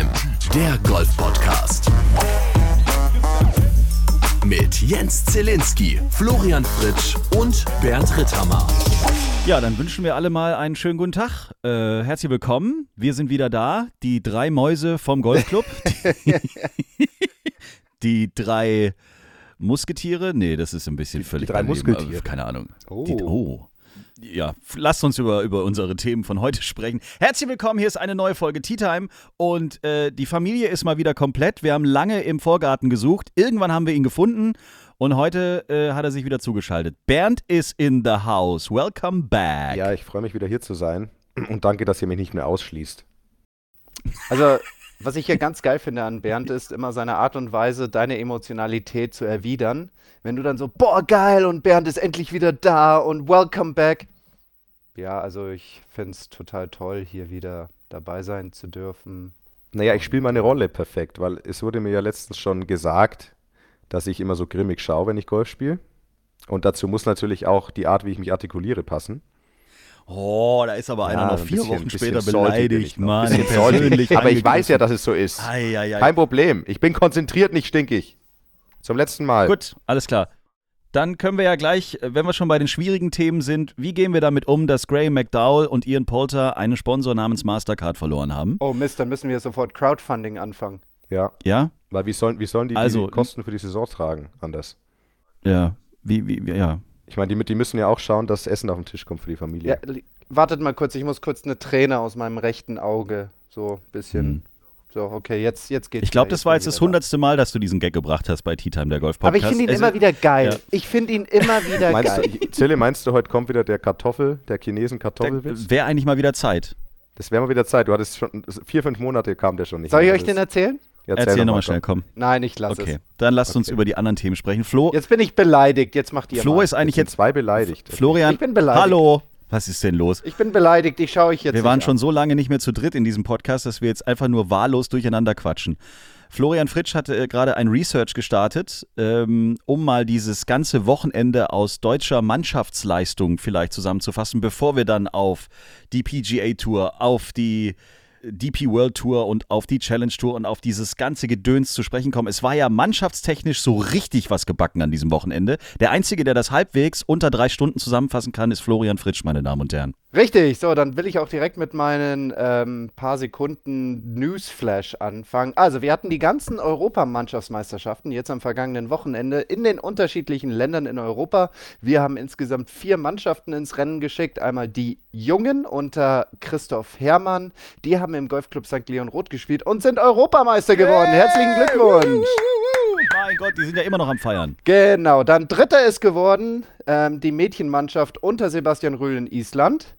Time, der Golf-Podcast. Mit Jens Zielinski, Florian Fritsch und Bernd Ritthammer. Ja, dann wünschen wir alle mal einen schönen guten Tag. Herzlich willkommen. Wir sind wieder da, die drei Mäuse vom Golfclub. Die drei Musketiere? Nee, das ist ein bisschen völlig die drei Musketiere. Keine Ahnung. Oh. Ja, lasst uns über unsere Themen von heute sprechen. Herzlich willkommen, hier ist eine neue Folge Tea Time und die Familie ist mal wieder komplett. Wir haben lange im Vorgarten gesucht, irgendwann haben wir ihn gefunden und heute hat er sich wieder zugeschaltet. Bernd is in the house, welcome back. Ja, ich freue mich wieder hier zu sein und danke, dass ihr mich nicht mehr ausschließt. Also, was ich hier ganz geil finde an Bernd ist immer seine Art und Weise, deine Emotionalität zu erwidern. Wenn du dann so, boah, geil und Bernd ist endlich wieder da und welcome back. Ja, also ich finde es total toll, hier wieder dabei sein zu dürfen. Naja, ich spiele meine Rolle perfekt, weil es wurde mir ja letztens schon gesagt, dass ich immer so grimmig schaue, wenn ich Golf spiele. Und dazu muss natürlich auch die Art, wie ich mich artikuliere, passen. Oh, da ist aber einer noch 4 Wochen später beleidigt, Mann. Persönlich. Aber ich weiß ja, dass es so ist. Ei. Kein Problem. Ich bin konzentriert, nicht stinkig. Zum letzten Mal. Gut, alles klar. Dann können wir ja gleich, wenn wir schon bei den schwierigen Themen sind, wie gehen wir damit um, dass Graham McDowell und Ian Poulter einen Sponsor namens Mastercard verloren haben? Oh Mist, dann müssen wir sofort Crowdfunding anfangen. Ja. Ja? Weil wie sollen die die Kosten für die Saison tragen anders? Ja, ja. Ich meine, die müssen ja auch schauen, dass Essen auf den Tisch kommt für die Familie. Ja, wartet mal kurz, ich muss kurz eine Träne aus meinem rechten Auge so ein bisschen... So, okay, jetzt geht's. Ich glaube, das war jetzt das 100. Mal, dass du diesen Gag gebracht hast bei Tea Time, der Golf-Podcast. Aber ich finde ihn immer wieder geil. Ja. Ich finde ihn immer wieder geil. Zille, meinst du, heute kommt wieder der Chinesen-Kartoffelwitz? Wäre eigentlich mal wieder Zeit. Das wäre mal wieder Zeit. Du hattest schon 4-5 Monate kam der schon nicht. Soll ich euch den erzählen? Erzähl nochmal schnell, komm. Nein, ich lasse es. Okay, dann lasst uns über die anderen Themen sprechen. Jetzt bin ich beleidigt, jetzt macht ihr Flo mal. ist eigentlich jetzt 2 beleidigt. Florian, ich bin beleidigt. Hallo. Was ist denn los? Ich bin beleidigt, ich schaue euch jetzt Wir waren schon so lange nicht mehr zu dritt in diesem Podcast, dass wir jetzt einfach nur wahllos durcheinander quatschen. Florian Fritsch hatte gerade ein Research gestartet, um mal dieses ganze Wochenende aus deutscher Mannschaftsleistung vielleicht zusammenzufassen, bevor wir dann auf die PGA Tour, auf die DP World Tour und auf die Challenge Tour und auf dieses ganze Gedöns zu sprechen kommen. Es war ja mannschaftstechnisch so richtig was gebacken an diesem Wochenende. Der Einzige, der das halbwegs unter 3 Stunden zusammenfassen kann, ist Florian Fritsch, meine Damen und Herren. Richtig, so, dann will ich auch direkt mit meinen paar Sekunden Newsflash anfangen. Also, wir hatten die ganzen Europamannschaftsmeisterschaften jetzt am vergangenen Wochenende in den unterschiedlichen Ländern in Europa. Wir haben insgesamt 4 Mannschaften ins Rennen geschickt. Einmal die Jungen unter Christoph Herrmann. Die haben im Golfclub St. Leon Roth gespielt und sind Europameister geworden. Herzlichen Glückwunsch! Mein Gott, die sind ja immer noch am Feiern. Genau, dann Dritter ist geworden die Mädchenmannschaft unter Sebastian Rühl in Island.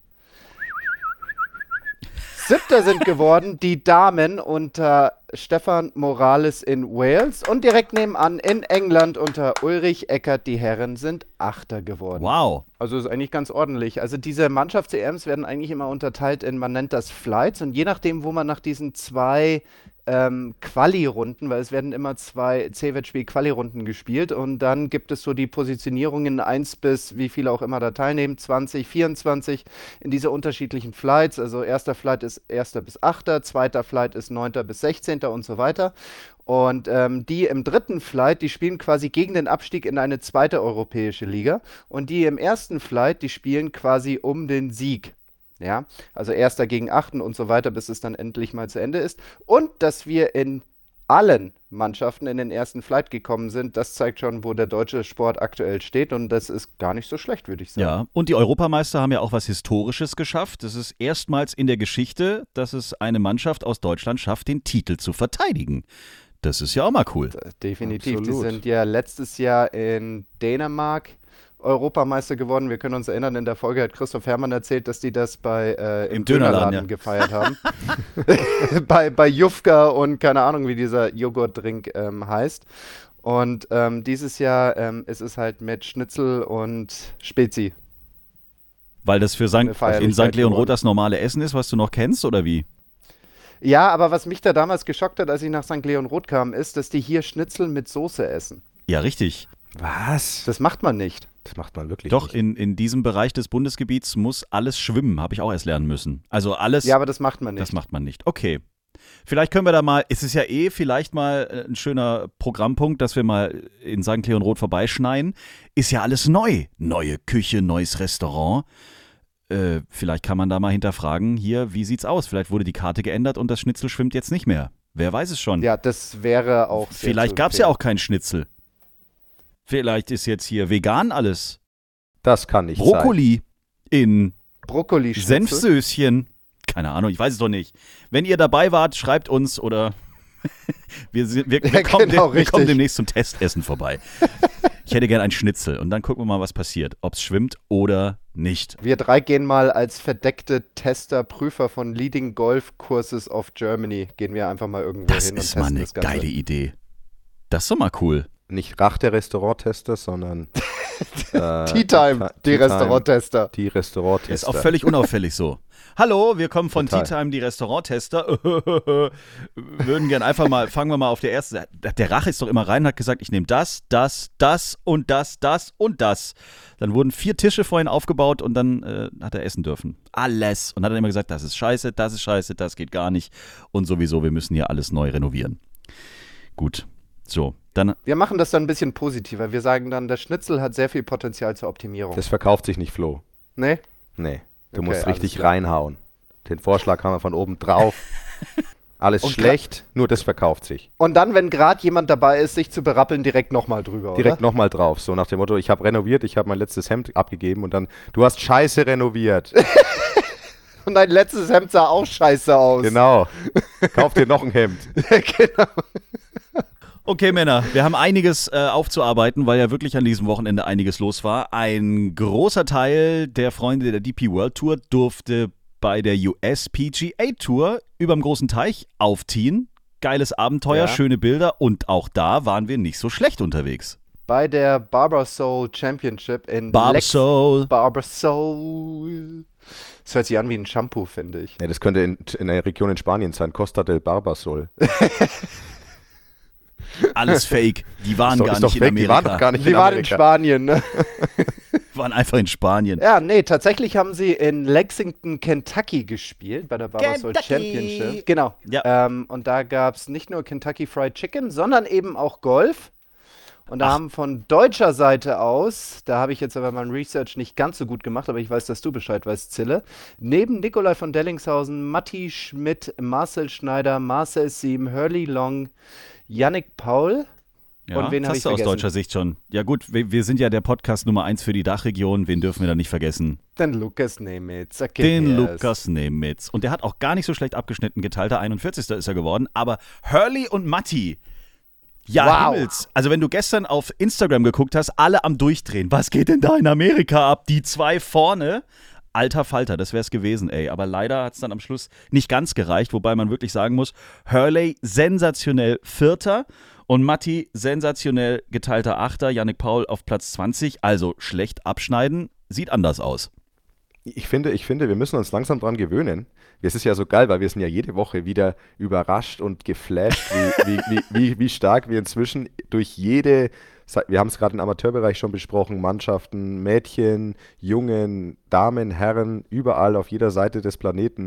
7. sind geworden die Damen unter Stefan Morales in Wales. Und direkt nebenan in England unter Ulrich Eckert die Herren sind 8. geworden. Wow. Also ist eigentlich ganz ordentlich. Also diese Mannschafts-EMs werden eigentlich immer unterteilt in, man nennt das Flights. Und je nachdem, wo man nach diesen 2 Quali-Runden, weil es werden immer 2 C-Wettspiel-Quali-Runden gespielt und dann gibt es so die Positionierungen 1 bis, wie viele auch immer da teilnehmen, 20, 24 in diese unterschiedlichen Flights. Also erster Flight ist 1. bis 8., zweiter Flight ist 9. bis 16. und so weiter. Und die im 3. Flight, die spielen quasi gegen den Abstieg in eine 2. europäische Liga und die im 1. Flight, die spielen quasi um den Sieg. Ja, also 1. gegen 8. und so weiter, bis es dann endlich mal zu Ende ist. Und dass wir in allen Mannschaften in den 1. Flight gekommen sind, das zeigt schon, wo der deutsche Sport aktuell steht. Und das ist gar nicht so schlecht, würde ich sagen. Ja, und die Europameister haben ja auch was Historisches geschafft. Es ist erstmals in der Geschichte, dass es eine Mannschaft aus Deutschland schafft, den Titel zu verteidigen. Das ist ja auch mal cool. Definitiv. Absolut. Die sind ja letztes Jahr in Dänemark Europameister geworden. Wir können uns erinnern, in der Folge hat Christoph Herrmann erzählt, dass die das im Dönerladen gefeiert haben. bei Jufka und keine Ahnung, wie dieser Joghurtdrink heißt. Und dieses Jahr ist es halt mit Schnitzel und Spezi. Weil das für in St. Leon Roth das normale Essen ist, was du noch kennst, oder wie? Ja, aber was mich da damals geschockt hat, als ich nach St. Leon Roth kam, ist, dass die hier Schnitzel mit Soße essen. Ja, richtig. Was? Das macht man nicht. Das macht man wirklich Doch, nicht. in diesem Bereich des Bundesgebiets muss alles schwimmen, habe ich auch erst lernen müssen. Also alles. Ja, aber das macht man nicht. Das macht man nicht. Okay. Vielleicht können wir da mal, es ist ja vielleicht mal ein schöner Programmpunkt, dass wir mal in St. Leon Roth vorbeischneien. Ist ja alles neu. Neue Küche, neues Restaurant. Vielleicht kann man da mal hinterfragen, hier, wie sieht's aus? Vielleicht wurde die Karte geändert und das Schnitzel schwimmt jetzt nicht mehr. Wer weiß es schon. Ja, das wäre auch sehr Vielleicht gab es ja auch kein Schnitzel. Vielleicht ist jetzt hier vegan alles. Das kann nicht Brokkoli in Brokkoli-Schnitzel. Senfsöschen. Keine Ahnung, ich weiß es doch nicht. Wenn ihr dabei wart, schreibt uns oder wir kommen demnächst zum Testessen vorbei. Ich hätte gerne ein Schnitzel und dann gucken wir mal, was passiert. Ob es schwimmt oder nicht. Wir 3 gehen mal als verdeckte Tester, Prüfer von Leading Golf Courses of Germany. Gehen wir einfach mal irgendwo Das hin und ist testen mal eine das Ganze. geile Idee. Das ist doch mal cool. Nicht Rach der Restauranttester, sondern Tea Time, die Restauranttester. Die Restauranttester. Ist auch völlig unauffällig so. Hallo, wir kommen von Total. Tea Time, die Restauranttester. Würden gern einfach mal, fangen wir mal auf der ersten Seite. Der Rach ist doch immer rein und hat gesagt, ich nehme das und das und das. Dann wurden 4 Tische vorhin aufgebaut und dann hat er essen dürfen. Alles. Und hat dann immer gesagt, das ist scheiße, das geht gar nicht. Und sowieso, wir müssen hier alles neu renovieren. Gut, so, dann... Wir machen das dann ein bisschen positiver. Wir sagen dann, das Schnitzel hat sehr viel Potenzial zur Optimierung. Das verkauft sich nicht, Flo. Nee? Nee, du Okay, musst alles richtig klar. reinhauen. Den Vorschlag haben wir von oben drauf. Alles Und schlecht, nur das verkauft sich. Und dann, wenn gerade jemand dabei ist, sich zu berappeln, direkt nochmal drüber, Direkt oder? nochmal drauf. So nach dem Motto, ich habe renoviert, ich habe mein letztes Hemd abgegeben und dann, du hast scheiße renoviert. Und dein letztes Hemd sah auch scheiße aus. Genau. Kauf dir noch ein Hemd. Genau. Okay, Männer, wir haben einiges aufzuarbeiten, weil ja wirklich an diesem Wochenende einiges los war. Ein großer Teil der Freunde der DP World Tour durfte bei der USPGA Tour überm großen Teich aufziehen. Geiles Abenteuer, Ja. schöne Bilder und auch da waren wir nicht so schlecht unterwegs. Bei der Barbasol Championship in Barbasol. Barbasol. Das hört sich an wie ein Shampoo, finde ich. Ja, das könnte in der Region in Spanien sein. Costa del Barbasol. Alles fake. Die waren gar Ist nicht doch in weg, Amerika. die waren doch gar nicht Sie in waren in Amerika. Spanien, ne? Waren einfach in Spanien. Ja, nee, tatsächlich haben sie in Lexington, Kentucky gespielt, bei der Barbasol Championship. Genau. Ja. Und da gab es nicht nur Kentucky Fried Chicken, sondern eben auch Golf. Und da haben von deutscher Seite aus, da habe ich jetzt aber mein Research nicht ganz so gut gemacht, aber ich weiß, dass du Bescheid weißt, Zille, neben Nikolai von Dellingshausen, Matti Schmidt, Marcel Schneider, Marcel Siem, Hurley Long, Yannick Paul. Ja, Und wen das habe hast ich du aus vergessen? deutscher Sicht schon. Ja gut, wir sind ja der Podcast Nummer 1 für die Dachregion. Wen dürfen wir da nicht vergessen? Den Lukas Nemitz. Den Lukas Nemitz. Und der hat auch gar nicht so schlecht abgeschnitten. Geteilter 41. ist er geworden. Aber Hurley und Matti, ja Wow. Himmels. Also wenn du gestern auf Instagram geguckt hast, alle am Durchdrehen. Was geht denn da in Amerika ab? Die 2 vorne. Alter Falter, das wäre es gewesen, ey. Aber leider hat es dann am Schluss nicht ganz gereicht. Wobei man wirklich sagen muss, Hurley sensationell Vierter. Und Matti sensationell geteilter Achter, Yannick Paul auf Platz 20, also schlecht abschneiden, sieht anders aus. Ich finde, wir müssen uns langsam dran gewöhnen. Es ist ja so geil, weil wir sind ja jede Woche wieder überrascht und geflasht, wie stark wir inzwischen durch jede, wir haben es gerade im Amateurbereich schon besprochen, Mannschaften, Mädchen, Jungen, Damen, Herren, überall auf jeder Seite des Planeten.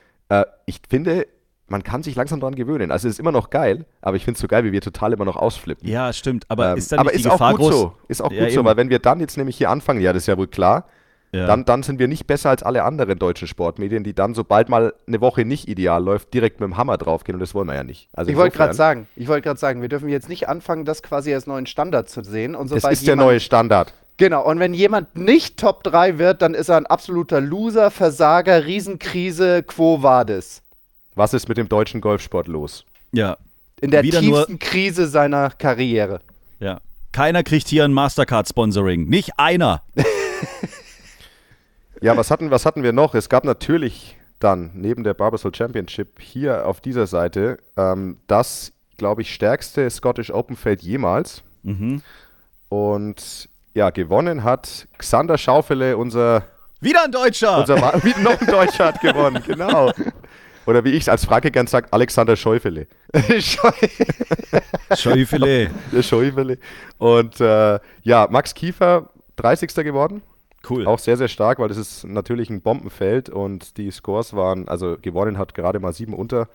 Ich finde, man kann sich langsam dran gewöhnen. Also es ist immer noch geil, aber ich finde es so geil, wie wir total immer noch ausflippen. Ja, stimmt, aber ist dann aber nicht die ist Gefahr auch gut groß? so. Ist auch Ja, gut so, eben. weil wenn wir dann jetzt nämlich hier anfangen, ja, das ist ja wohl klar, Ja. dann sind wir nicht besser als alle anderen deutschen Sportmedien, die dann, sobald mal eine Woche nicht ideal läuft, direkt mit dem Hammer draufgehen und das wollen wir ja nicht. Also Ich wollte gerade insofern, sagen, wir dürfen jetzt nicht anfangen, das quasi als neuen Standard zu sehen. Und das sobald ist der neue Standard. Genau, und wenn jemand nicht Top 3 wird, dann ist er ein absoluter Loser, Versager, Riesenkrise, Quo Vadis. Was ist mit dem deutschen Golfsport los? Ja, In der Wieder tiefsten Krise seiner Karriere. ja. Keiner kriegt hier ein Mastercard-Sponsoring. Nicht einer. Ja, was hatten wir noch? Es gab natürlich dann neben der Barbasol Championship hier auf dieser Seite das, glaube ich, stärkste Scottish Open Feld jemals. Mhm. Und ja, gewonnen hat Xander Schaufele, unser Wieder ein Deutscher. wie noch ein Deutscher hat gewonnen, genau. Oder wie ich es als Frage gern sage, Alexander Schäufele. Schäufele. Der Schäufele. Und ja, Max Kiefer, 30. geworden. Cool. Auch sehr, sehr stark, weil das ist natürlich ein Bombenfeld und die Scores waren, also gewonnen hat gerade mal 7 unter.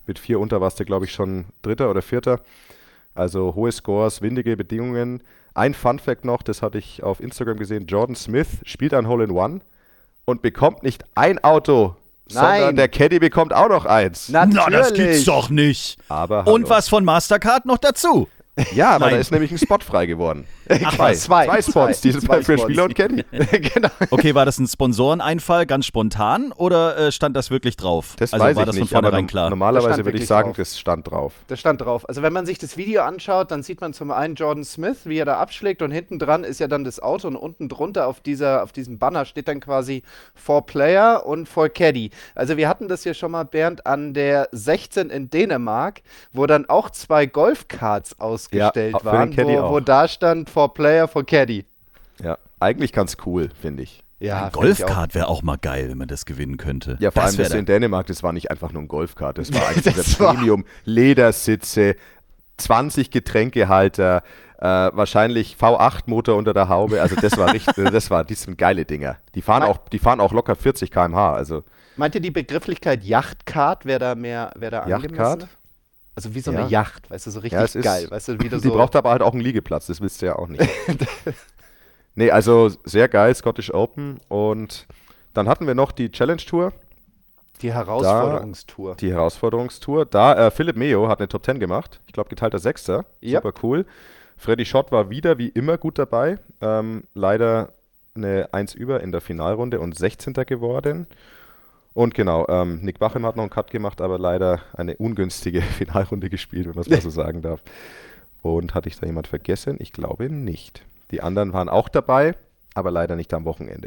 Mit 4 unter warst du, glaube ich, schon Dritter oder Vierter. Also hohe Scores, windige Bedingungen. Ein Funfact noch, das hatte ich auf Instagram gesehen. Jordan Smith spielt ein Hole-in-One und bekommt nicht ein Auto, sondern der Caddy bekommt auch noch eins. Natürlich. Na, das gibt's doch nicht. Aber hallo. Und was von Mastercard noch dazu? Ja, aber Nein. da ist nämlich ein Spot frei geworden. Zwei Spots, die sind für Spieler und Caddy. Genau. Okay, war das ein Sponsoreneinfall ganz spontan oder stand das wirklich drauf? Das also weiß war ich das nicht, von vornherein aber klar? Das normalerweise stand würde ich wirklich sagen, drauf. das stand drauf. Das stand drauf. Also wenn man sich das Video anschaut, dann sieht man zum einen Jordan Smith, wie er da abschlägt und hinten dran ist ja dann das Auto und unten drunter auf diesem Banner steht dann quasi for Player und for Caddy. Also wir hatten das hier schon mal, Bernd, an der 16 in Dänemark, wo dann auch 2 Golfkarts ausgestellt Ja, für waren, den Caddy wo auch. da stand for Player, for Caddy. Ja, eigentlich ganz cool, finde ich. Ja, Ein Golfkart wäre auch mal geil, wenn man das gewinnen könnte. Ja, vor allem wär das in Dänemark, das war nicht einfach nur ein Golfkart, das war eigentlich Das dieser war- Premium-Ledersitze, 20 Getränkehalter, wahrscheinlich V8-Motor unter der Haube, also das war richtig, die sind geile Dinger. Die fahren auch locker 40 km/h, also Meint ihr die Begrifflichkeit Yachtkart wäre da Yachtkart? angemessen? Also wie so eine Ja. Yacht, weißt du, so richtig Ja, es ist- geil, weißt du, wie du die so... braucht aber halt auch einen Liegeplatz, das willst du ja auch nicht. Nee, also sehr geil, Scottish Open, und dann hatten wir noch die Challenge Tour, Die Herausforderungstour. die Herausforderungstour. Da, Philipp Meo hat eine Top 10 gemacht. Ich glaube, geteilter Sechster. Ja. Super cool. Freddy Schott war wieder wie immer gut dabei. Leider eine 1 über in der Finalrunde und 16. geworden. Und genau, Nick Bachem hat noch einen Cut gemacht, aber leider eine ungünstige Finalrunde gespielt, wenn man es mal so sagen darf. Und hatte ich da jemand vergessen? Ich glaube nicht. Die anderen waren auch dabei, aber leider nicht am Wochenende.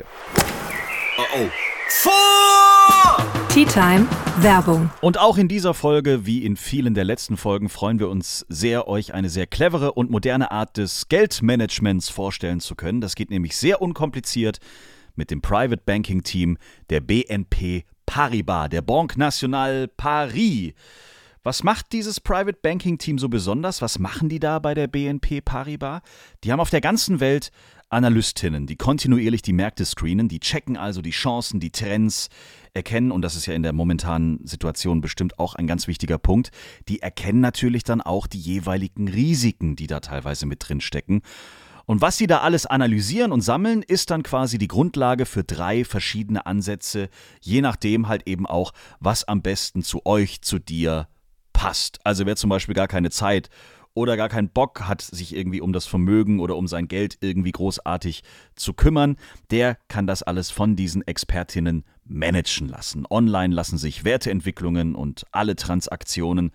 Tea Time Werbung. Und auch in dieser Folge, wie in vielen der letzten Folgen, freuen wir uns sehr, euch eine sehr clevere und moderne Art des Geldmanagements vorstellen zu können. Das geht nämlich sehr unkompliziert mit dem Private Banking Team der BNP Paribas, der Banque Nationale Paris. Was macht dieses Private Banking Team so besonders? Was machen die da bei der BNP Paribas? Die haben auf der ganzen Welt Analystinnen, die kontinuierlich die Märkte screenen, die checken also die Chancen, die Trends, erkennen, und das ist ja in der momentanen Situation bestimmt auch ein ganz wichtiger Punkt, die erkennen natürlich dann auch die jeweiligen Risiken, die da teilweise mit drin stecken. Und was sie da alles analysieren und sammeln, ist dann quasi die Grundlage für 3 verschiedene Ansätze, je nachdem halt eben auch, was am besten zu euch, zu dir passt. Also wer zum Beispiel gar keine Zeit oder gar keinen Bock hat, sich irgendwie um das Vermögen oder um sein Geld irgendwie großartig zu kümmern, der kann das alles von diesen Expertinnen managen lassen. Online lassen sich Werteentwicklungen und alle Transaktionen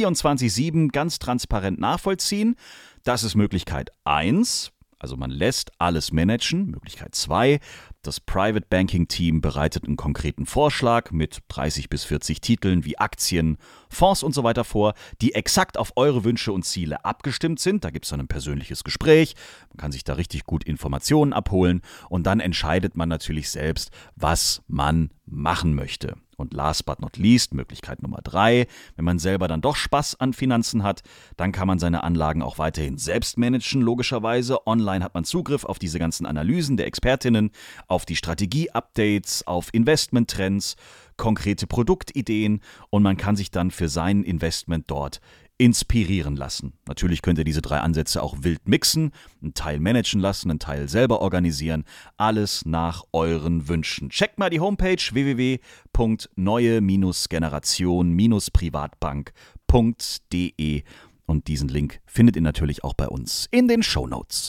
24/7 ganz transparent nachvollziehen. Das ist Möglichkeit 1. Also man lässt alles managen. Möglichkeit 2, das Private Banking Team bereitet einen konkreten Vorschlag mit 30 bis 40 Titeln wie Aktien, Fonds und so weiter vor, die exakt auf eure Wünsche und Ziele abgestimmt sind. Da gibt es dann ein persönliches Gespräch, man kann sich da richtig gut Informationen abholen und dann entscheidet man natürlich selbst, was man machen möchte. Und last but not least, Möglichkeit Nummer 3, wenn man selber dann doch Spaß an Finanzen hat, dann kann man seine Anlagen auch weiterhin selbst managen, logischerweise. Online hat man Zugriff auf diese ganzen Analysen der Expertinnen, auf die Strategie-Updates, auf Investmenttrends, konkrete Produktideen und man kann sich dann für sein Investment dort inspirieren lassen. Natürlich könnt ihr diese 3 Ansätze auch wild mixen, einen Teil managen lassen, einen Teil selber organisieren, alles nach euren Wünschen. Checkt mal die Homepage www.neue-generation-privatbank.de und diesen Link findet ihr natürlich auch bei uns in den Shownotes.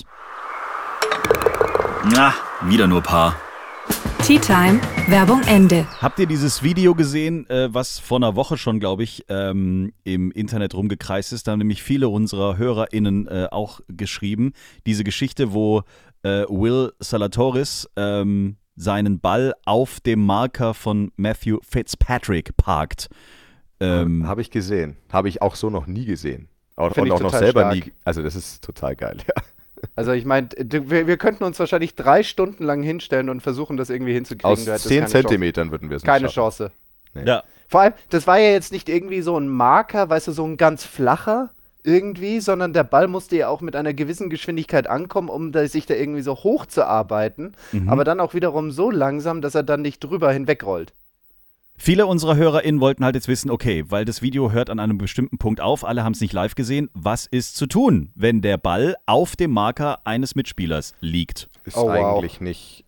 Na, wieder nur Paar. Tea Time Werbung Ende. Habt ihr dieses Video gesehen, was vor einer Woche schon, glaube ich, im Internet rumgekreist ist? Da haben nämlich viele unserer HörerInnen auch geschrieben. Diese Geschichte, wo Will Zalatoris seinen Ball auf dem Marker von Matthew Fitzpatrick parkt. Habe ich gesehen. Habe ich auch so noch nie gesehen. Und Find ich auch noch total selber stark. nie. Also das ist total geil, ja. Also ich meine, wir könnten uns wahrscheinlich 3 Stunden lang hinstellen und versuchen, das irgendwie hinzukriegen. Aus Du hättest 10 keine Chance. Zentimetern würden wir es nicht Keine schaffen. Chance. Ja. Vor allem, das war ja jetzt nicht irgendwie so ein Marker, weißt du, so ein ganz flacher irgendwie, sondern der Ball musste ja auch mit einer gewissen Geschwindigkeit ankommen, um sich da irgendwie so hoch zu arbeiten, aber dann auch wiederum so langsam, dass er dann nicht drüber hinwegrollt. Viele unserer HörerInnen wollten halt jetzt wissen, okay, weil das Video hört an einem bestimmten Punkt auf, alle haben es nicht live gesehen, was ist zu tun, wenn der Ball auf dem Marker eines Mitspielers liegt? Ist eigentlich nicht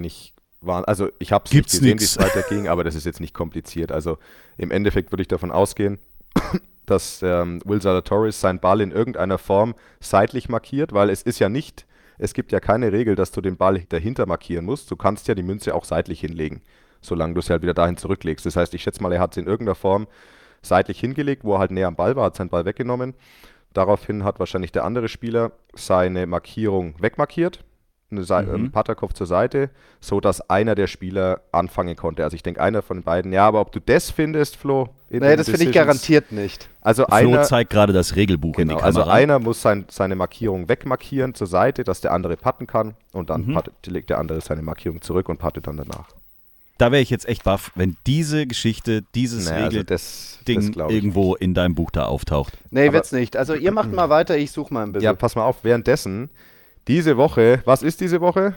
also ich habe es nicht gesehen, wie es weiterging, aber das ist jetzt nicht kompliziert. Also im Endeffekt würde ich davon ausgehen, dass Will Zalatoris seinen Ball in irgendeiner Form seitlich markiert, weil es gibt ja keine Regel, dass du den Ball dahinter markieren musst. Du kannst ja die Münze auch seitlich hinlegen, solange du sie halt wieder dahin zurücklegst. Das heißt, ich schätze mal, er hat sie in irgendeiner Form seitlich hingelegt, wo er halt näher am Ball war, hat seinen Ball weggenommen. Daraufhin hat wahrscheinlich der andere Spieler seine Markierung wegmarkiert, Patterkopf zur Seite, sodass einer der Spieler anfangen konnte. Also ich denke, einer von den beiden. Ja, aber ob du das findest, Flo? Nee, das finde ich garantiert nicht. Also Flo zeigt gerade das Regelbuch in die Kamera. Also einer muss seine Markierung wegmarkieren zur Seite, dass der andere putten kann und dann legt der andere seine Markierung zurück und puttet dann danach. Da wäre ich jetzt echt baff, wenn diese Geschichte, dieses Regelding irgendwo in deinem Buch da auftaucht. Nee, wird's nicht. Also ihr macht mal weiter, ich suche mal ein bisschen. Ja, pass mal auf, währenddessen, diese Woche, was ist diese Woche?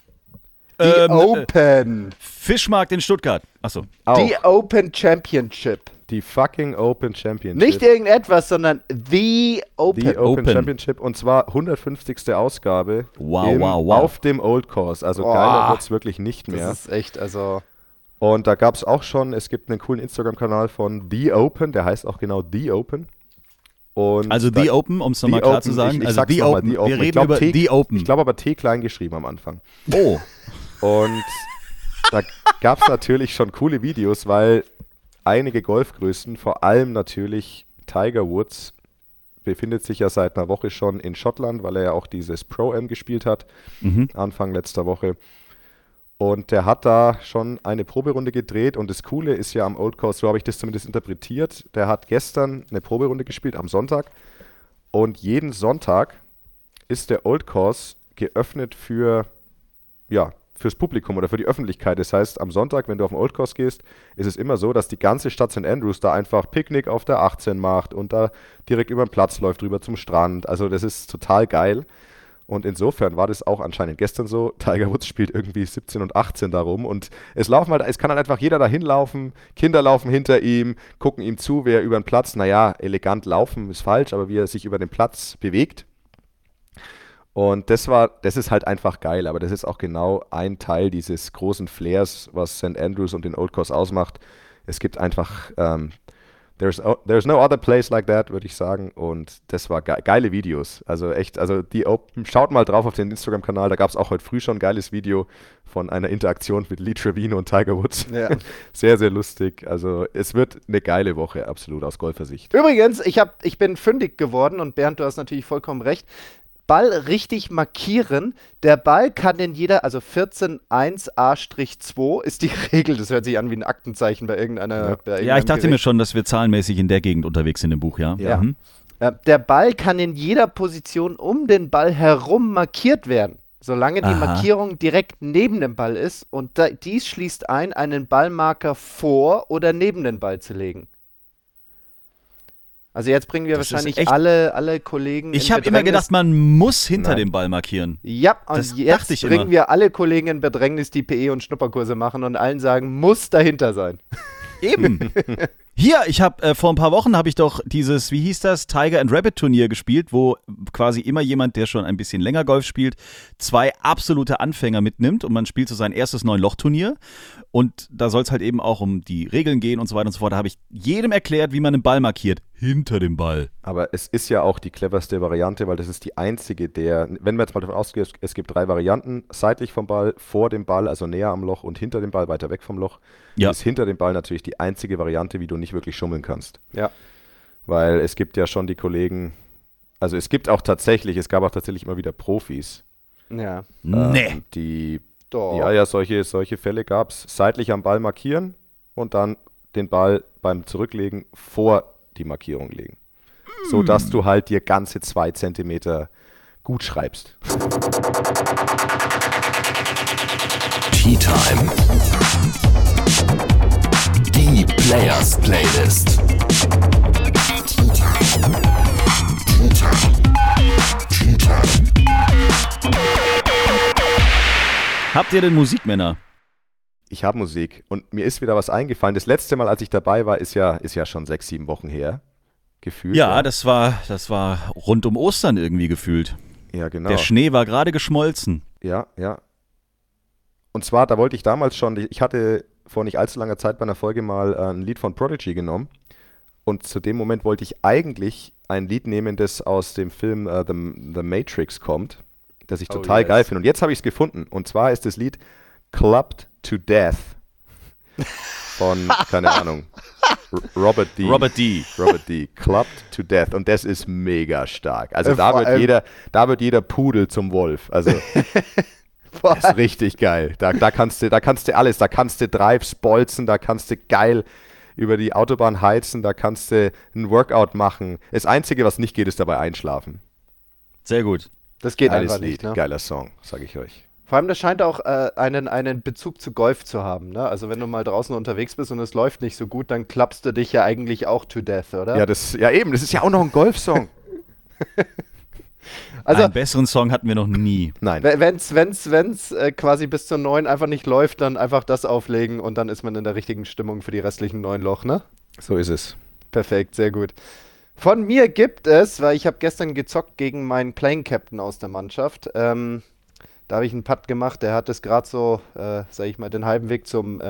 Die Open. Fischmarkt in Stuttgart. Achso. Die Open Championship. Die fucking Open Championship. Nicht irgendetwas, sondern The Open. Die Open Championship und zwar 150. Ausgabe auf dem Old Course. Also geiler wird es wirklich nicht mehr. Das ist echt, also... Und da gab es auch schon, es gibt einen coolen Instagram-Kanal von The Open, der heißt auch genau The Open. Und also The Open, um es nochmal klar zu sagen. Also The Open. Wir reden über The Open. Ich glaube aber T klein geschrieben am Anfang. Oh. Und da gab es natürlich schon coole Videos, weil einige Golfgrößen, vor allem natürlich Tiger Woods, befindet sich ja seit einer Woche schon in Schottland, weil er ja auch dieses Pro-Am gespielt hat, Anfang letzter Woche. Und der hat da schon eine Proberunde gedreht und das Coole ist ja am Old Course, so habe ich das zumindest interpretiert, der hat gestern eine Proberunde gespielt am Sonntag und jeden Sonntag ist der Old Course geöffnet fürs Publikum oder für die Öffentlichkeit. Das heißt, am Sonntag, wenn du auf den Old Course gehst, ist es immer so, dass die ganze Stadt St. Andrews da einfach Picknick auf der 18 macht und da direkt über den Platz läuft, rüber zum Strand. Also das ist total geil. Und insofern war das auch anscheinend gestern so. Tiger Woods spielt irgendwie 17 und 18 darum und es kann halt einfach jeder da hinlaufen, Kinder laufen hinter ihm, gucken ihm zu, wer über den Platz, elegant laufen ist falsch, aber wie er sich über den Platz bewegt. Und das ist halt einfach geil, aber das ist auch genau ein Teil dieses großen Flairs, was St. Andrews und den Old Course ausmacht. Es gibt einfach, there's no other place like that, würde ich sagen. Und das war geile Videos. Also echt, die Open, schaut mal drauf auf den Instagram-Kanal, da gab es auch heute früh schon ein geiles Video von einer Interaktion mit Lee Trevino und Tiger Woods. Ja. Sehr, sehr lustig. Also es wird eine geile Woche, absolut, aus Golfersicht. Übrigens, ich bin fündig geworden und Bernd, du hast natürlich vollkommen recht. Ball richtig markieren. Der Ball kann in jeder, also 14.1a-2 ist die Regel. Das hört sich an wie ein Aktenzeichen bei irgendeiner. Ja, ich dachte mir schon, dass wir zahlenmäßig in der Gegend unterwegs sind im Buch, ja. Der Ball kann in jeder Position um den Ball herum markiert werden, solange die Markierung direkt neben dem Ball ist. Und dies schließt ein, einen Ballmarker vor oder neben den Ball zu legen. Also jetzt bringen wir wahrscheinlich alle Kollegen Ich habe immer gedacht, man muss hinter dem Ball markieren. Ja, und jetzt bringen wir alle Kollegen in Bedrängnis, die PE- und Schnupperkurse machen und allen sagen, muss dahinter sein. Eben. Hier, ich habe vor ein paar Wochen habe ich doch dieses, wie hieß das, Tiger and Rabbit Turnier gespielt, wo quasi immer jemand, der schon ein bisschen länger Golf spielt, 2 absolute Anfänger mitnimmt und man spielt so sein erstes 9-Loch-Turnier und da soll es halt eben auch um die Regeln gehen und so weiter und so fort. Da habe ich jedem erklärt, wie man einen Ball markiert, hinter dem Ball. Aber es ist ja auch die cleverste Variante, weil das ist die einzige wenn wir jetzt mal davon ausgehen, es gibt 3 Varianten, seitlich vom Ball, vor dem Ball, also näher am Loch und hinter dem Ball, weiter weg vom Loch, ist hinter dem Ball natürlich die einzige Variante, wie du nicht wirklich schummeln kannst. Ja. Weil es gibt ja schon die Kollegen, also es gab auch tatsächlich immer wieder Profis. Ja. Solche Fälle gab es. Seitlich am Ball markieren und dann den Ball beim Zurücklegen vor die Markierung legen. So dass du halt dir ganze 2 Zentimeter gut schreibst. Tee Time. Die Players Playlist. Habt ihr denn Musik, Männer? ich habe Musik und mir ist wieder was eingefallen. Das letzte Mal, als ich dabei war, ist ja schon 6, 7 Wochen her. Gefühlt. Ja, das war rund um Ostern irgendwie gefühlt. Ja, genau. Der Schnee war gerade geschmolzen. Ja. Und zwar, da wollte ich damals schon, ich hatte vor nicht allzu langer Zeit bei einer Folge mal ein Lied von Prodigy genommen. Und zu dem Moment wollte ich eigentlich ein Lied nehmen, das aus dem Film The Matrix kommt, das ich total geil finde. Und jetzt habe ich es gefunden. Und zwar ist das Lied Clubbed to Death von, keine Ahnung, Robert D. Clubbed to Death. Und das ist mega stark. Also da wird jeder Pudel zum Wolf. Also das ist richtig geil. Da kannst du alles. Da kannst du Drives bolzen, da kannst du geil über die Autobahn heizen, da kannst du ein Workout machen. Das Einzige, was nicht geht, ist dabei einschlafen. Sehr gut. Das geht Geiles einfach nicht, Lied, ne? geiler Song, sage ich euch. Vor allem, das scheint auch einen Bezug zu Golf zu haben, ne? Also wenn du mal draußen unterwegs bist und es läuft nicht so gut, dann klappst du dich ja eigentlich auch to death, oder? Ja, das ist ja auch noch ein Golfsong. Also, einen besseren Song hatten wir noch nie. Nein. wenn's quasi bis zur 9 einfach nicht läuft, dann einfach das auflegen und dann ist man in der richtigen Stimmung für die restlichen 9 Loch, ne? So ist es. Perfekt, sehr gut. Von mir gibt es, weil ich habe gestern gezockt gegen meinen Playing Captain aus der Mannschaft, da habe ich einen Putt gemacht, der hat es gerade so, sag ich mal, den halben Weg zum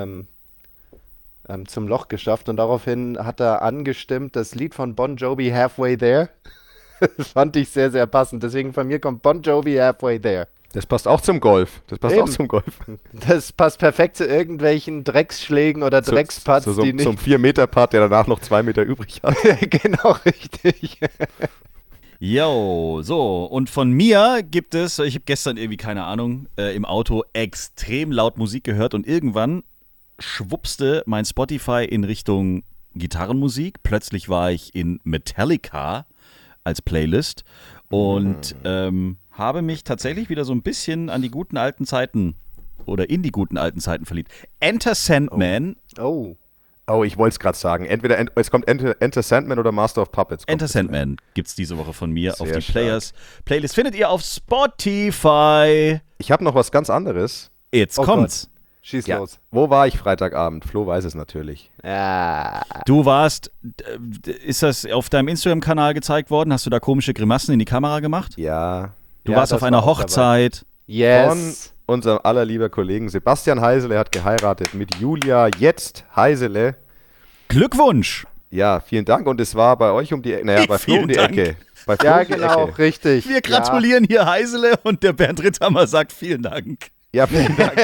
Loch geschafft und daraufhin hat er angestimmt das Lied von Bon Jovi Halfway There. Das fand ich sehr, sehr passend. Deswegen von mir kommt Bon Jovi Halfway There. Das passt auch zum Golf. Das passt perfekt zu irgendwelchen Drecksschlägen oder Drecksputts, die nicht... Zum 4-Meter-Putt, der danach noch 2 Meter übrig hat. Genau, richtig. Jo, so. Und von mir gibt es, ich habe gestern irgendwie, keine Ahnung, im Auto extrem laut Musik gehört und irgendwann schwuppste mein Spotify in Richtung Gitarrenmusik. Plötzlich war ich in Metallica als Playlist und habe mich tatsächlich wieder so ein bisschen an die guten alten Zeiten oder in die guten alten Zeiten verliebt. Enter Sandman. Oh, ich wollte es gerade sagen. Entweder es kommt Enter Sandman oder Master of Puppets. Enter Sandman gibt es diese Woche von mir Sehr auf die stark. Playlist. Findet ihr auf Spotify. Ich habe noch was ganz anderes. Jetzt kommt's. Schieß Ja. los. Wo war ich Freitagabend? Flo weiß es natürlich. Ja. Du warst, ist das auf deinem Instagram-Kanal gezeigt worden? Hast du da komische Grimassen in die Kamera gemacht? Ja. Du Ja, warst das auf einer war auch Hochzeit. Yes. Von unserem allerlieber Kollegen Sebastian Heisele hat geheiratet mit Julia jetzt Heisele. Glückwunsch! Ja, vielen Dank. Und es war bei euch um die Ecke. Naja, bei Flo um die Vielen Dank. Ecke. Bei Flo Ja, um die genau, Ecke. richtig. Wir gratulieren hier Heisele und der Bernd Ritthammer sagt vielen Dank. Ja, vielen Dank.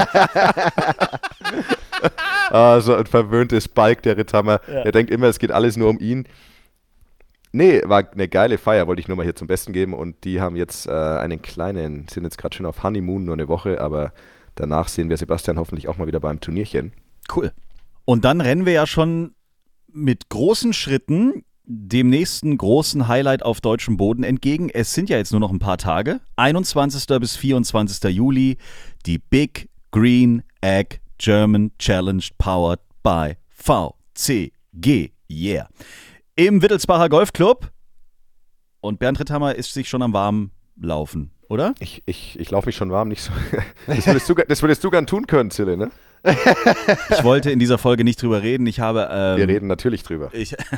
So ein verwöhntes Balk, der Ritthammer. Ja. Der denkt immer, es geht alles nur um ihn. Nee, war eine geile Feier, wollte ich nur mal hier zum Besten geben. Und die haben jetzt sind jetzt gerade schon auf Honeymoon, nur eine Woche, aber danach sehen wir Sebastian hoffentlich auch mal wieder beim Turnierchen. Cool. Und dann rennen wir ja schon mit großen Schritten dem nächsten großen Highlight auf deutschem Boden entgegen. Es sind ja jetzt nur noch ein paar Tage. 21. bis 24. Juli, die Big Green Egg German Challenge powered by VCG. Yeah. Im Wittelsbacher Golfclub. Und Bernd Ritthammer ist sich schon am Warmlaufen, oder? Ich laufe mich schon warm, nicht so. Das würdest du gern tun können, Zille, ne? Ich wollte in dieser Folge nicht drüber reden. Wir reden natürlich drüber.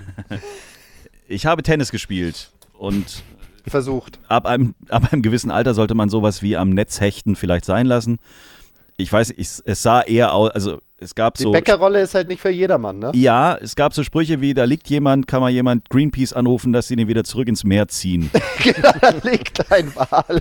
Ich habe Tennis gespielt und Versucht. ab einem gewissen Alter sollte man sowas wie am Netz hechten vielleicht sein lassen. Ich weiß, es sah eher aus, also es gab Die so... Bäckerrolle ist halt nicht für jedermann, ne? Ja, es gab so Sprüche wie, da liegt jemand, kann mal jemand Greenpeace anrufen, dass sie den wieder zurück ins Meer ziehen. Da liegt ein Wal.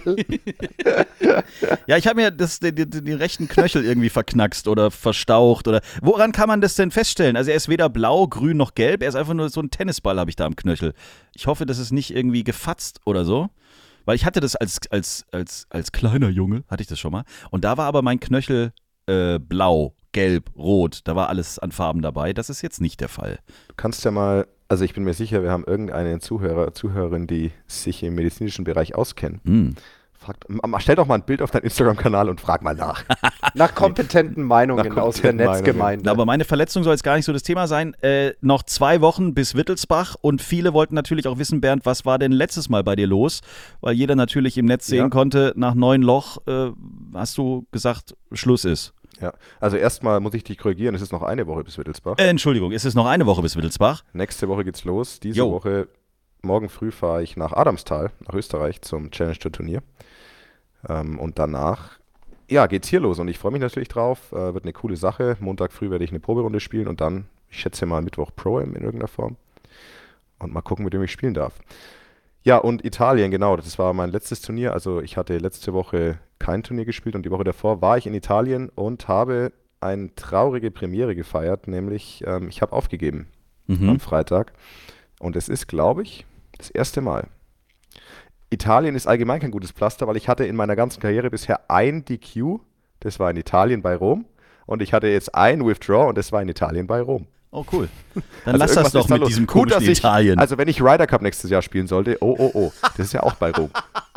Ja, ich habe mir den rechten Knöchel irgendwie verknackst oder verstaucht oder... Woran kann man das denn feststellen? Also er ist weder blau, grün noch gelb, er ist einfach nur so ein Tennisball habe ich da am Knöchel. Ich hoffe, das ist nicht irgendwie gefatzt oder so. Weil ich hatte das als kleiner Junge, hatte ich das schon mal. Und da war aber mein Knöchel blau, gelb, rot. Da war alles an Farben dabei. Das ist jetzt nicht der Fall. Du kannst ja mal, also ich bin mir sicher, wir haben irgendeinen Zuhörerin, die sich im medizinischen Bereich auskennen. Stell doch mal ein Bild auf deinen Instagram-Kanal und frag mal nach. Nach kompetenten Meinungen aus der Netzgemeinde. Aber meine Verletzung soll jetzt gar nicht so das Thema sein. Noch 2 Wochen bis Wittelsbach und viele wollten natürlich auch wissen, Bernd, was war denn letztes Mal bei dir los? Weil jeder natürlich im Netz sehen konnte, nach 9 Loch hast du gesagt, Schluss ist. Ja, also erstmal muss ich dich korrigieren, es ist noch eine Woche bis Wittelsbach. Entschuldigung, ist es noch eine Woche bis Wittelsbach? Nächste Woche geht's los. Diese Woche, morgen früh fahre ich nach Adamstal, nach Österreich zum Challenge Tour Turnier. Und danach, geht's hier los und ich freue mich natürlich drauf. Wird eine coole Sache. Montag früh werde ich eine Proberunde spielen und dann, ich schätze mal, Mittwoch Pro-Am in irgendeiner Form. Und mal gucken, mit wem ich spielen darf. Ja, und Italien, genau, das war mein letztes Turnier. Also ich hatte letzte Woche kein Turnier gespielt und die Woche davor war ich in Italien und habe eine traurige Premiere gefeiert, nämlich ich habe aufgegeben am Freitag. Und es ist, glaube ich, das erste Mal. Italien ist allgemein kein gutes Pflaster, weil ich hatte in meiner ganzen Karriere bisher ein DQ, das war in Italien bei Rom. Und ich hatte jetzt ein Withdraw und das war in Italien bei Rom. Oh, cool. Dann lass das doch mit diesem komischen Italien. Also wenn ich Ryder Cup nächstes Jahr spielen sollte, das ist ja auch bei Rom.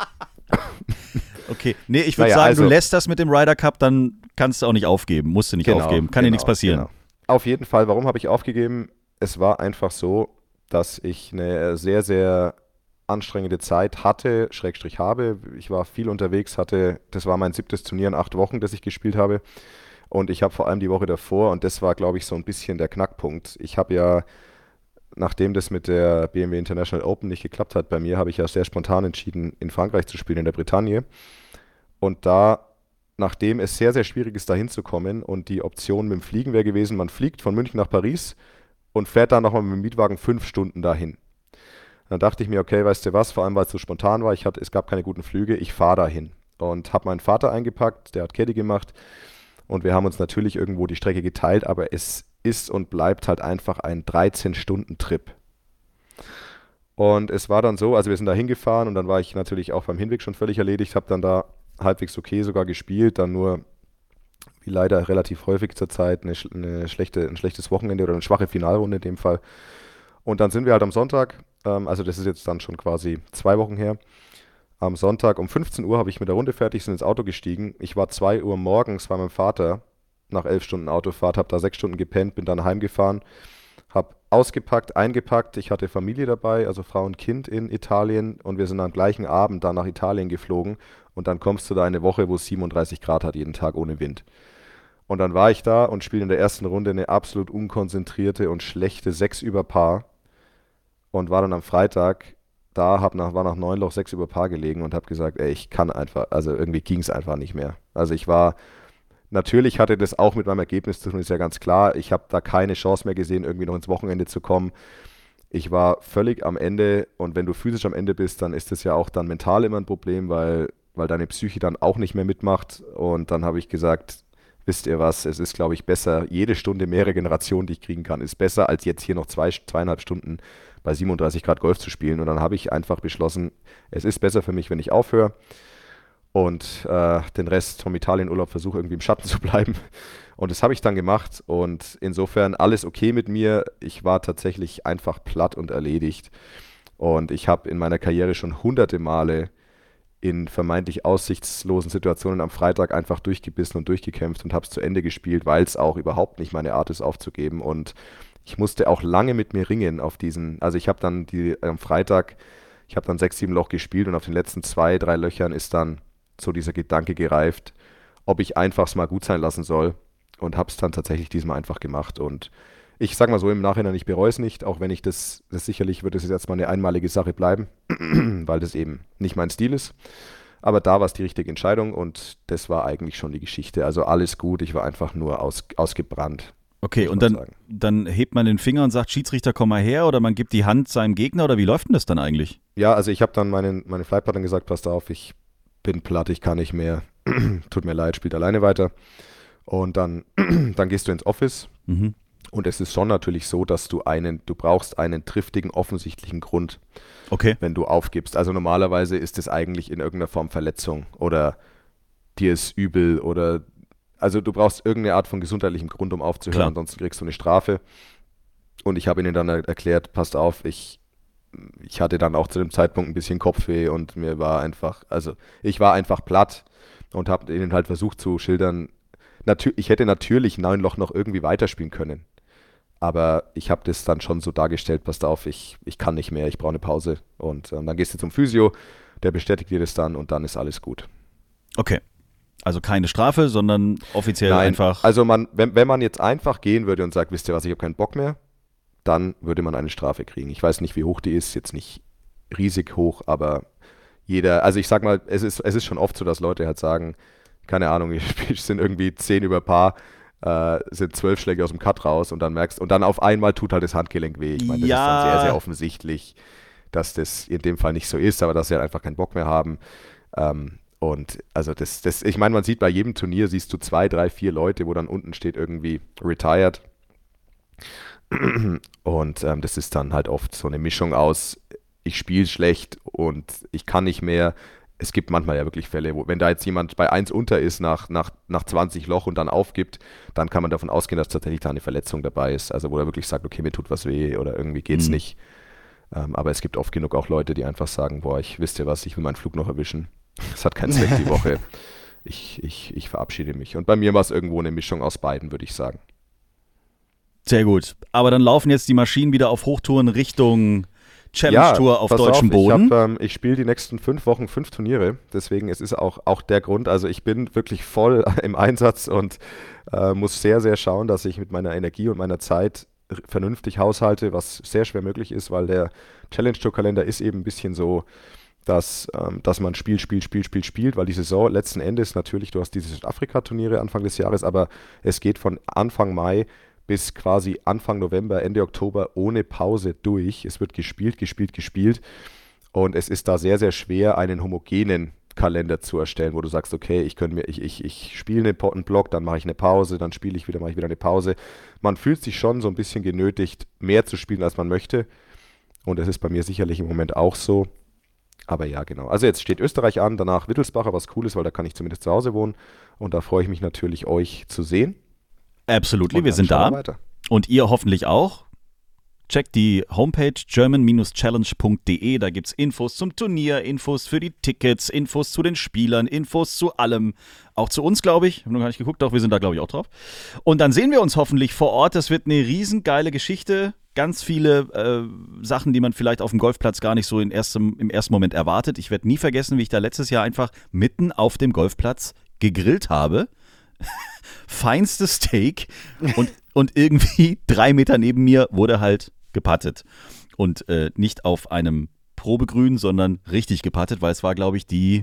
Okay, nee, ich würde sagen, du lässt das mit dem Ryder Cup, dann kannst du auch nicht aufgeben, musst du nicht aufgeben, kann dir nichts passieren. Genau. Auf jeden Fall, warum habe ich aufgegeben? Es war einfach so, dass ich eine sehr, sehr anstrengende Zeit hatte, / habe. Ich war viel unterwegs, das war mein 7. Turnier in 8 Wochen, das ich gespielt habe. Und ich habe vor allem die Woche davor, und das war, glaube ich, so ein bisschen der Knackpunkt. Ich habe ja, nachdem das mit der BMW International Open nicht geklappt hat bei mir, habe ich ja sehr spontan entschieden, in Frankreich zu spielen, in der Bretagne. Und da, nachdem es sehr, sehr schwierig ist, da hinzukommen und die Option mit dem Fliegen wäre gewesen, man fliegt von München nach Paris und fährt dann nochmal mit dem Mietwagen 5 Stunden dahin. Dann dachte ich mir, okay, weißt du was, vor allem weil es so spontan war, es gab keine guten Flüge, ich fahre dahin. Und habe meinen Vater eingepackt, der hat Caddy gemacht. Und wir haben uns natürlich irgendwo die Strecke geteilt, aber es ist und bleibt halt einfach ein 13-Stunden-Trip. Und es war dann so, also wir sind da hingefahren und dann war ich natürlich auch beim Hinweg schon völlig erledigt, habe dann da halbwegs okay sogar gespielt, dann nur, wie leider relativ häufig zur Zeit, ein schlechtes Wochenende oder eine schwache Finalrunde in dem Fall. Und dann sind wir halt am Sonntag, also das ist jetzt dann schon quasi 2 Wochen her, am Sonntag um 15 Uhr habe ich mit der Runde fertig, sind ins Auto gestiegen. Ich war 2 Uhr morgens bei meinem Vater nach 11 Stunden Autofahrt, habe da 6 Stunden gepennt, bin dann heimgefahren, habe ausgepackt, eingepackt. Ich hatte Familie dabei, also Frau und Kind in Italien und wir sind am gleichen Abend dann nach Italien geflogen und dann kommst du da eine Woche, wo es 37 Grad hat, jeden Tag ohne Wind. Und dann war ich da und spiele in der ersten Runde eine absolut unkonzentrierte und schlechte 6 über Par und war dann am Freitag da, war nach 9 Loch 6 über Par gelegen und habe gesagt, ich kann einfach, also irgendwie ging es einfach nicht mehr. Also natürlich hatte das auch mit meinem Ergebnis zu tun, ist ja ganz klar. Ich habe da keine Chance mehr gesehen, irgendwie noch ins Wochenende zu kommen. Ich war völlig am Ende und wenn du physisch am Ende bist, dann ist das ja auch dann mental immer ein Problem, weil deine Psyche dann auch nicht mehr mitmacht. Und dann habe ich gesagt, wisst ihr was, es ist, glaube ich, besser, jede Stunde mehr Regeneration, die ich kriegen kann, ist besser, als jetzt hier noch 2,5 Stunden bei 37 Grad Golf zu spielen. Und dann habe ich einfach beschlossen, es ist besser für mich, wenn ich aufhöre und den Rest vom Italienurlaub versuche, irgendwie im Schatten zu bleiben. Und das habe ich dann gemacht und insofern alles okay mit mir. Ich war tatsächlich einfach platt und erledigt. Und ich habe in meiner Karriere schon hunderte Male in vermeintlich aussichtslosen Situationen am Freitag einfach durchgebissen und durchgekämpft und habe es zu Ende gespielt, weil es auch überhaupt nicht meine Art ist, aufzugeben. Und ich musste auch lange mit mir ringen auf also ich habe dann am Freitag, ich habe dann 6, 7 Loch gespielt und auf den letzten 2, 3 Löchern ist dann so dieser Gedanke gereift, ob ich einfach es mal gut sein lassen soll und habe es dann tatsächlich diesmal einfach gemacht und ich sage mal so im Nachhinein, ich bereue es nicht, auch wenn ich das sicherlich wird es jetzt mal eine einmalige Sache bleiben, weil das eben nicht mein Stil ist, aber da war es die richtige Entscheidung und das war eigentlich schon die Geschichte, also alles gut, ich war einfach nur ausgebrannt. Okay, und dann hebt man den Finger und sagt, Schiedsrichter, komm mal her, oder man gibt die Hand seinem Gegner, oder wie läuft denn das dann eigentlich? Ja, also ich habe dann meine Flightpartnerin gesagt, passt auf, ich bin platt, ich kann nicht mehr, tut mir leid, spielt alleine weiter. Und dann gehst du ins Office und es ist schon natürlich so, dass du brauchst einen triftigen, offensichtlichen Grund, wenn du aufgibst. Also normalerweise ist es eigentlich in irgendeiner Form Verletzung oder dir ist übel oder also du brauchst irgendeine Art von gesundheitlichem Grund, um aufzuhören, Klar. Ansonsten kriegst du eine Strafe. Und ich habe ihnen dann erklärt, passt auf, ich hatte dann auch zu dem Zeitpunkt ein bisschen Kopfweh und ich war einfach platt und habe ihnen halt versucht zu schildern, ich hätte natürlich 9 Loch noch irgendwie weiterspielen können, aber ich habe das dann schon so dargestellt, passt auf, ich kann nicht mehr, ich brauche eine Pause und dann gehst du zum Physio, der bestätigt dir das dann und dann ist alles gut. Okay. Also keine Strafe, sondern offiziell einfach. Also wenn man jetzt einfach gehen würde und sagt, wisst ihr was, ich habe keinen Bock mehr, dann würde man eine Strafe kriegen. Ich weiß nicht, wie hoch die ist, jetzt nicht riesig hoch, aber also ich sag mal, es ist schon oft so, dass Leute halt sagen, keine Ahnung, wir sind irgendwie 10 über Paar, sind 12 Schläge aus dem Cut raus und dann und dann auf einmal tut halt das Handgelenk weh. Ich meine, das ist dann sehr, sehr offensichtlich, dass das in dem Fall nicht so ist, aber dass sie halt einfach keinen Bock mehr haben. Und also ich meine, man sieht bei jedem Turnier, siehst du 2, 3, 4 Leute, wo dann unten steht irgendwie retired. Und das ist dann halt oft so eine Mischung aus, ich spiele schlecht und ich kann nicht mehr. Es gibt manchmal ja wirklich Fälle, wo, wenn da jetzt jemand bei 1 unter ist nach 20 Loch und dann aufgibt, dann kann man davon ausgehen, dass tatsächlich da eine Verletzung dabei ist. Also wo er wirklich sagt, okay, mir tut was weh oder irgendwie geht's nicht. Aber es gibt oft genug auch Leute, die einfach sagen, boah, wisst ihr was, ich will meinen Flug noch erwischen. Das hat keinen Zweck die Woche. Ich verabschiede mich. Und bei mir war es irgendwo eine Mischung aus beiden, würde ich sagen. Sehr gut. Aber dann laufen jetzt die Maschinen wieder auf Hochtouren Richtung Challenge-Tour auf deutschem Boden. Ich spiele die nächsten 5 Wochen 5 Turniere. Deswegen es ist auch der Grund. Also ich bin wirklich voll im Einsatz und muss sehr, sehr schauen, dass ich mit meiner Energie und meiner Zeit vernünftig haushalte, was sehr schwer möglich ist, weil der Challenge-Tour-Kalender ist eben ein bisschen so, dass man spielt, weil die Saison letzten Endes natürlich, du hast diese Südafrika-Turniere Anfang des Jahres, aber es geht von Anfang Mai bis quasi Anfang November, Ende Oktober ohne Pause durch. Es wird gespielt und es ist da sehr, sehr schwer, einen homogenen Kalender zu erstellen, wo du sagst, okay, ich spiele einen Block, dann mache ich eine Pause, dann spiele ich wieder, mache ich wieder eine Pause. Man fühlt sich schon so ein bisschen genötigt, mehr zu spielen, als man möchte und es ist bei mir sicherlich im Moment auch so. Aber ja, genau. Also jetzt steht Österreich an, danach Wittelsbacher, was cool ist, weil da kann ich zumindest zu Hause wohnen und da freue ich mich natürlich, euch zu sehen. Absolutely, wir sind da. Und ihr hoffentlich auch. Checkt die Homepage german-challenge.de, da gibt es Infos zum Turnier, Infos für die Tickets, Infos zu den Spielern, Infos zu allem. Auch zu uns, glaube ich. Ich habe noch gar nicht geguckt, doch wir sind da, glaube ich, auch drauf. Und dann sehen wir uns hoffentlich vor Ort. Das wird eine riesengeile Geschichte. Ganz viele Sachen, die man vielleicht auf dem Golfplatz gar nicht so im ersten Moment erwartet. Ich werde nie vergessen, wie ich da letztes Jahr einfach mitten auf dem Golfplatz gegrillt habe. Feinstes Steak und irgendwie 3 Meter neben mir wurde halt gepattet. Und nicht auf einem Probegrün, sondern richtig gepattet, weil es war, glaube ich, die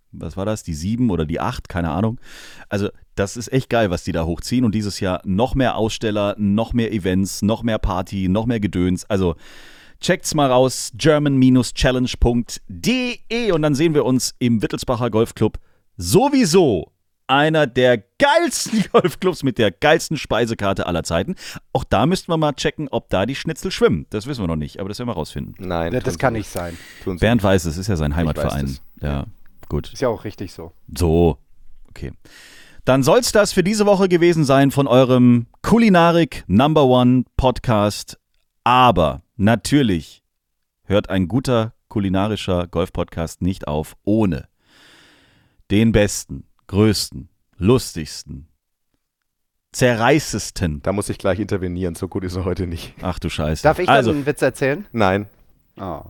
7 oder die 8, keine Ahnung. Also das ist echt geil, was die da hochziehen und dieses Jahr noch mehr Aussteller, noch mehr Events, noch mehr Party, noch mehr Gedöns. Also checkt's mal raus, german-challenge.de und dann sehen wir uns im Wittelsbacher Golfclub. Sowieso einer der geilsten Golfclubs mit der geilsten Speisekarte aller Zeiten. Auch da müssten wir mal checken, ob da die Schnitzel schwimmen. Das wissen wir noch nicht, aber das werden wir rausfinden. Nein, das kann nicht sein. Bernd weiß es, ist ja sein Heimatverein. Ja, gut. Ist ja auch richtig so. So, okay. Dann soll es das für diese Woche gewesen sein von eurem Kulinarik Number One Podcast. Aber natürlich hört ein guter kulinarischer Golf-Podcast nicht auf ohne den besten, größten, lustigsten, zerreißesten. Da muss ich gleich intervenieren, so gut ist er heute nicht. Ach du Scheiße. Darf ich dann einen Witz erzählen? Nein. Oh.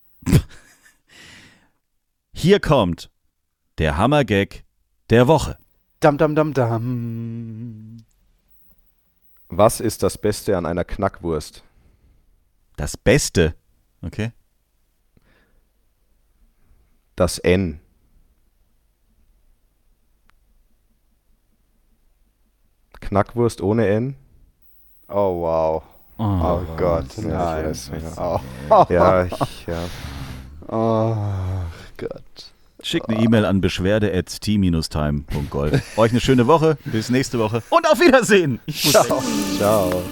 Hier kommt der Hammergag der Woche. Dam, dam, dam, dam. Was ist das Beste an einer Knackwurst? Das Beste? Okay. Das N. Knackwurst ohne N? Oh, wow. Oh Gott. Nein. Oh. Ja, Oh Gott. Schickt eine E-Mail an beschwerde@t-time.golf. Euch eine schöne Woche. Bis nächste Woche. Und auf Wiedersehen. Ciao. Ciao.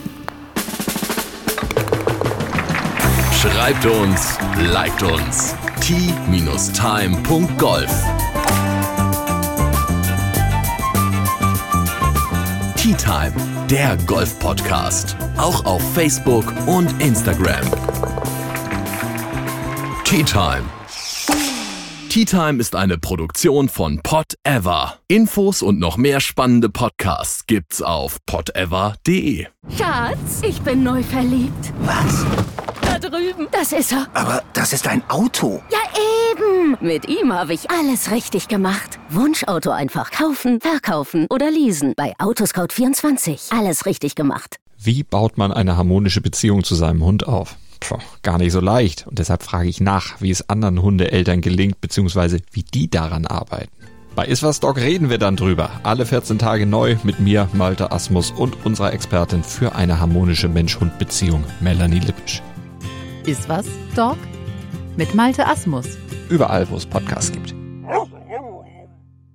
Schreibt uns, liked uns. t-time.golf. Tea Time, der Golf-Podcast. Auch auf Facebook und Instagram. Tea Time. Tea Time ist eine Produktion von Pod Ever. Infos und noch mehr spannende Podcasts gibt's auf podever.de. Schatz, ich bin neu verliebt. Was? Da da drüben. Das ist er. Aber das ist ein Auto. Ja, eben. Mit ihm habe ich alles richtig gemacht. Wunschauto einfach kaufen, verkaufen oder leasen. Bei Autoscout24. Alles richtig gemacht. Wie baut man eine harmonische Beziehung zu seinem Hund auf? Gar nicht so leicht. Und deshalb frage ich nach, wie es anderen Hundeeltern gelingt, beziehungsweise wie die daran arbeiten. Bei Iswas Dog reden wir dann drüber. Alle 14 Tage neu mit mir, Malte Asmus und unserer Expertin für eine harmonische Mensch-Hund-Beziehung, Melanie Lippisch. Iswas Dog mit Malte Asmus. Überall, wo es Podcasts gibt.